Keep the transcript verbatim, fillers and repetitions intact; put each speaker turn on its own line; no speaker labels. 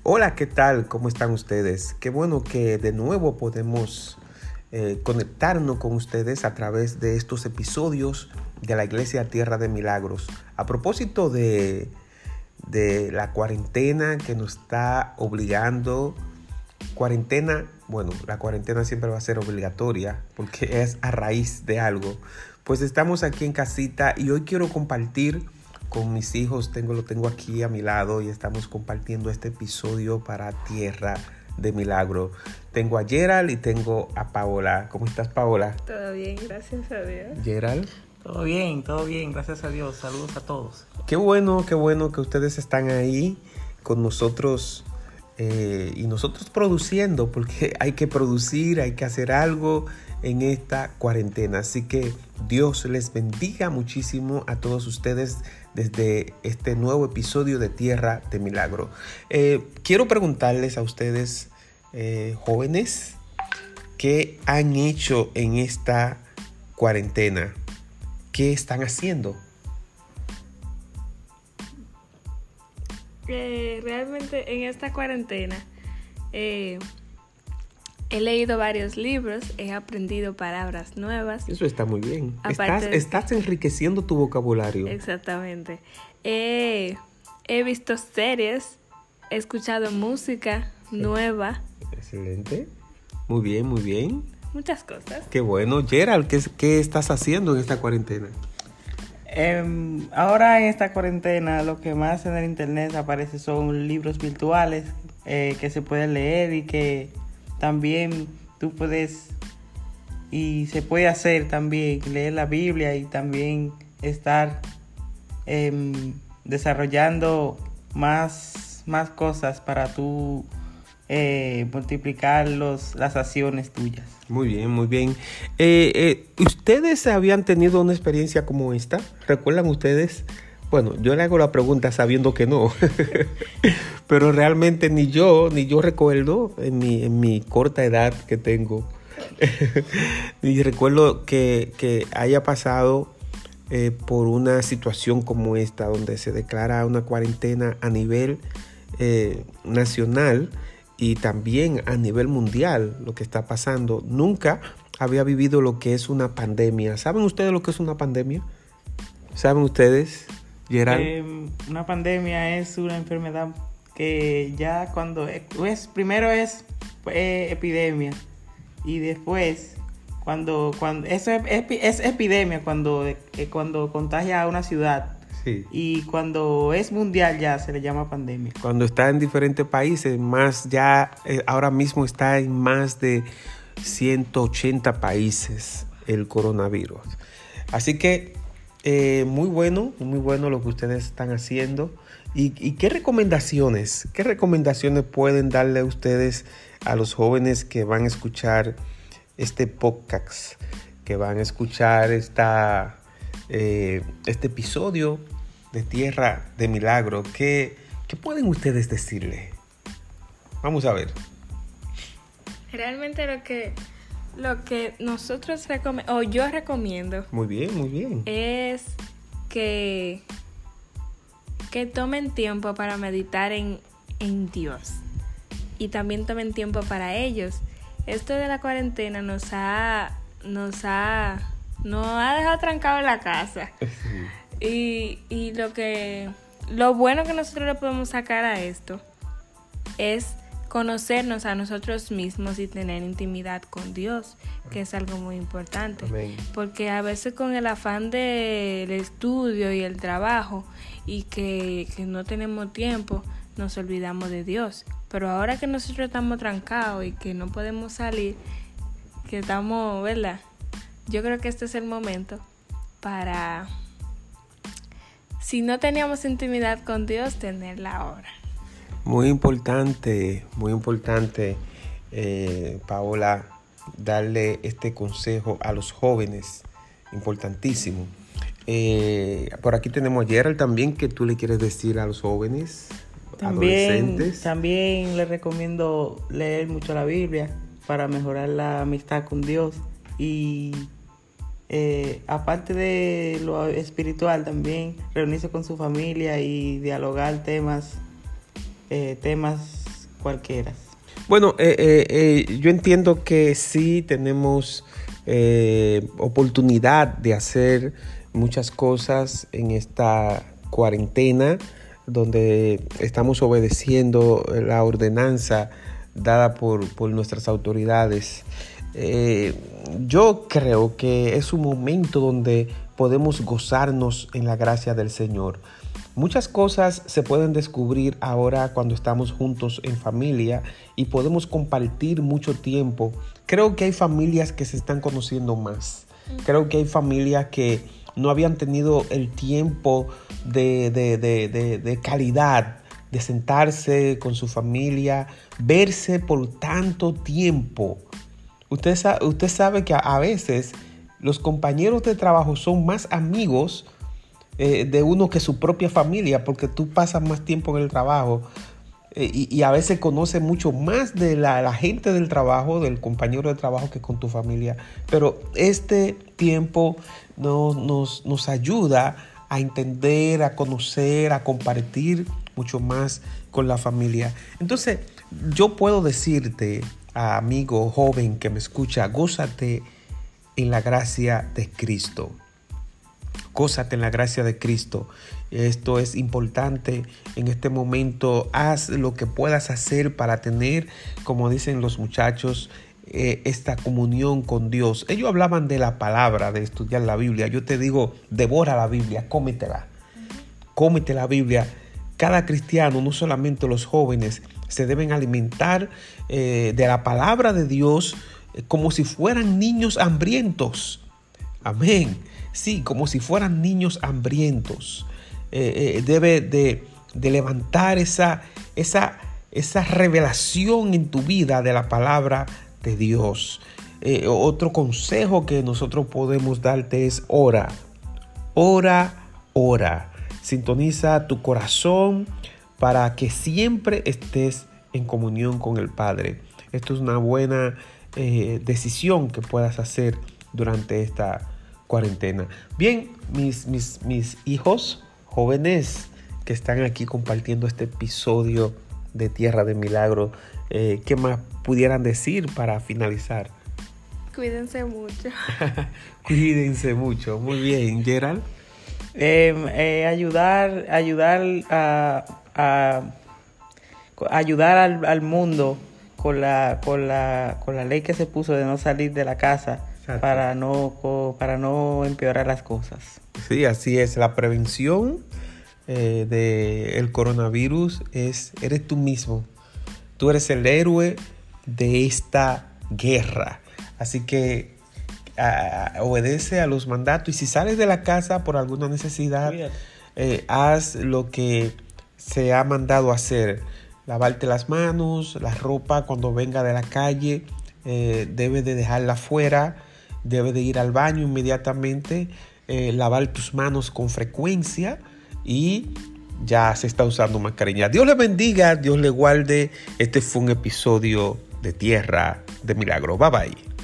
Hola, ¿qué tal? ¿Cómo están ustedes? Qué bueno que de nuevo podemos eh, conectarnos con ustedes a través de estos episodios de la Iglesia Tierra de Milagros. A propósito de, de la cuarentena que nos está obligando, cuarentena, bueno, la cuarentena siempre va a ser obligatoria porque es a raíz de algo. Pues estamos aquí en casita y hoy quiero compartir con mis hijos, tengo, lo tengo aquí a mi lado y estamos compartiendo este episodio para Tierra de Milagro. Tengo a Gerald y tengo a Paola. ¿Cómo estás, Paola?
Todo bien, gracias a Dios.
Gerald.
Todo bien, todo bien, gracias a Dios. Saludos a todos.
Qué bueno, qué bueno que ustedes están ahí con nosotros eh, y nosotros produciendo, porque hay que producir, hay que hacer algo en esta cuarentena. Así que Dios les bendiga muchísimo a todos ustedes desde este nuevo episodio de Tierra de Milagro. Eh, quiero preguntarles a ustedes, eh, jóvenes, ¿qué han hecho en esta cuarentena? ¿Qué están haciendo?
Eh, realmente en esta cuarentena eh, he leído varios libros, he aprendido palabras nuevas.
Eso está muy bien. Estás,
Aparte de-
estás enriqueciendo tu vocabulario.
Exactamente. Eh, he visto series, he escuchado música nueva,
Excelente. Muy bien, muy bien.
muchas cosas.
Qué bueno. Gerald, ¿qué, qué estás haciendo en esta cuarentena?
Eh, ahora en esta cuarentena lo que más en el internet aparece son libros virtuales eh, que se pueden leer y que también tú puedes y se puede hacer también, leer la Biblia y también estar eh, desarrollando más, más cosas para tú eh, multiplicar los, las acciones tuyas.
Muy bien, muy bien. Eh, eh, ¿Ustedes habían tenido una experiencia como esta? ¿Recuerdan ustedes? Bueno, yo le hago la pregunta sabiendo que no. Pero realmente ni yo, ni yo recuerdo en mi, en mi corta edad que tengo. Ni recuerdo que, que haya pasado eh, por una situación como esta, donde se declara una cuarentena a nivel eh, nacional y también a nivel mundial, lo que está pasando. Nunca había vivido lo que es una pandemia. ¿Saben ustedes lo que es una pandemia? ¿Saben ustedes, Gerald?
Eh, una pandemia es una enfermedad que ya cuando es, es- primero es eh, epidemia y después cuando cuando eso es, epi- es epidemia cuando eh, cuando contagia a una ciudad.
Sí.
Y cuando es mundial ya se le llama pandemia.
Cuando está en diferentes países, más ya eh, ahora mismo está en más de ciento ochenta países el coronavirus. Así que eh, muy bueno, muy bueno lo que ustedes están haciendo. ¿Y, y qué recomendaciones, qué recomendaciones pueden darle a ustedes a los jóvenes que van a escuchar este podcast, que van a escuchar esta, eh, este episodio de Tierra de Milagro? ¿Qué, qué pueden ustedes decirle? Vamos a ver.
Realmente lo que, lo que nosotros recomendamos, o yo recomiendo,
Muy bien, muy bien.
es que, que tomen tiempo para meditar en, en Dios y también tomen tiempo para ellos. Esto de la cuarentena nos ha nos ha nos ha dejado trancados en la casa y, y lo que lo bueno que nosotros le podemos sacar a esto es conocernos a nosotros mismos y tener intimidad con Dios, que es algo muy importante.
Amén.
Porque a veces con el afán del estudio y el trabajo y que, que no tenemos tiempo, nos olvidamos de Dios. Pero ahora que nosotros estamos trancados y que no podemos salir, que estamos, ¿verdad? Yo creo que este es el momento para, si no teníamos intimidad con Dios, tenerla ahora.
Muy importante, muy importante, eh, Paola, darle este consejo a los jóvenes. Importantísimo. Eh, por aquí tenemos a Gerald también, que tú le quieres decir a los jóvenes,
También,
adolescentes.
también les recomiendo leer mucho la Biblia para mejorar la amistad con Dios y eh, aparte de lo espiritual también reunirse con su familia y dialogar temas eh, temas cualquiera.
Bueno, eh, eh, eh, yo entiendo que sí tenemos eh, oportunidad de hacer muchas cosas en esta cuarentena, donde estamos obedeciendo la ordenanza dada por, por nuestras autoridades. Eh, yo creo que es un momento donde podemos gozarnos en la gracia del Señor. Muchas cosas se pueden descubrir ahora cuando estamos juntos en familia y podemos compartir mucho tiempo. Creo que hay familias que se están conociendo más. Creo que hay familias que no habían tenido el tiempo de, de, de, de, de calidad, de sentarse con su familia, verse por tanto tiempo. Usted sabe, usted sabe que a veces los compañeros de trabajo son más amigos eh, de uno que su propia familia, porque tú pasas más tiempo en el trabajo eh, y, y a veces conoces mucho más de la, la gente del trabajo, del compañero de trabajo, que con tu familia. Pero este tiempo nos, nos, nos ayuda a entender, a conocer, a compartir mucho más con la familia. Entonces, yo puedo decirte, amigo joven que me escucha, gózate en la gracia de Cristo. Gózate en la gracia de Cristo. Esto es importante en este momento. Haz lo que puedas hacer para tener, como dicen los muchachos, eh, esta comunión con Dios. Ellos hablaban de la palabra, de estudiar la Biblia. Yo te digo, devora la Biblia, cómetela. Cómete la Biblia. Cada cristiano, no solamente los jóvenes, se deben alimentar eh, de la palabra de Dios eh, como si fueran niños hambrientos. Amén. Sí, como si fueran niños hambrientos. Eh, eh, debe de, de levantar esa, esa, esa revelación en tu vida de la palabra de Dios. Eh, otro consejo que nosotros podemos darte es ora. Ora, ora. Sintoniza tu corazón para que siempre estés en comunión con el Padre. Esto es una buena eh, decisión que puedas hacer durante esta cuarentena. Bien, mis, mis, mis hijos jóvenes que están aquí compartiendo este episodio de Tierra de Milagro, eh, ¿qué más pudieran decir para finalizar?
Cuídense mucho.
Cuídense mucho. Muy bien, Gerald.
Eh, eh, ayudar, ayudar a, a ayudar al, al mundo con la, con la, con la ley que se puso de no salir de la casa. Exacto. para no para no empeorar las cosas.
Sí, así es. La prevención eh, del coronavirus es eres tú mismo. Tú eres el héroe de esta guerra. Así que Uh, obedece a los mandatos, y si sales de la casa por alguna necesidad, eh, haz lo que se ha mandado hacer. Lavarte las manos, la ropa cuando venga de la calle eh, debe de dejarla fuera, debe de ir al baño inmediatamente, eh, lavar tus manos con frecuencia, y ya se está usando mascarilla. Dios le bendiga, Dios le guarde. Este fue un episodio de Tierra de Milagro. Bye bye.